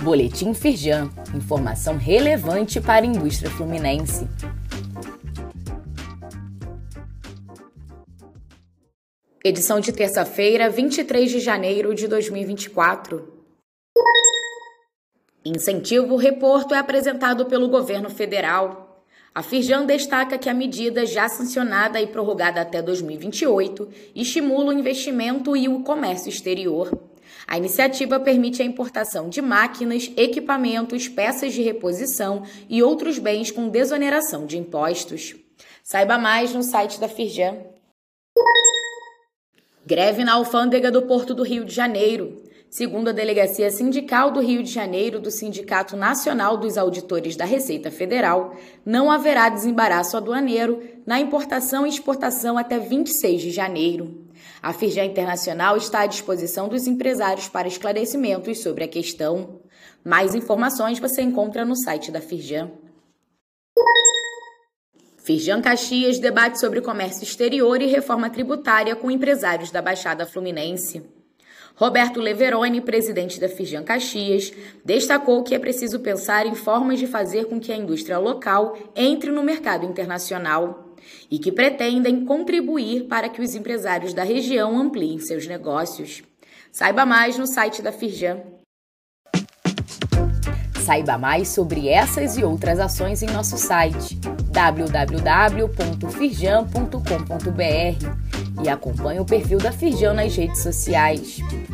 Boletim Firjan, informação relevante para a indústria fluminense. Edição de terça-feira, 23 de janeiro de 2024. Incentivo reporto é apresentado pelo governo federal. A Firjan destaca que a medida, já sancionada e prorrogada até 2028, estimula o investimento e o comércio exterior. A iniciativa permite a importação de máquinas, equipamentos, peças de reposição e outros bens com desoneração de impostos. Saiba mais no site da Firjan. Greve na alfândega do Porto do Rio de Janeiro. Segundo a Delegacia Sindical do Rio de Janeiro do Sindicato Nacional dos Auditores da Receita Federal, não haverá desembaraço aduaneiro na importação e exportação até 26 de janeiro. A Firjan Internacional está à disposição dos empresários para esclarecimentos sobre a questão. Mais informações você encontra no site da Firjan. Firjan Caxias debate sobre comércio exterior e reforma tributária com empresários da Baixada Fluminense. Roberto Leveroni, presidente da Firjan Caxias, destacou que é preciso pensar em formas de fazer com que a indústria local entre no mercado internacional e que pretendem contribuir para que os empresários da região ampliem seus negócios. Saiba mais no site da Firjan. Saiba mais sobre essas e outras ações em nosso site www.firjan.com.br e acompanhe o perfil da Firjan nas redes sociais.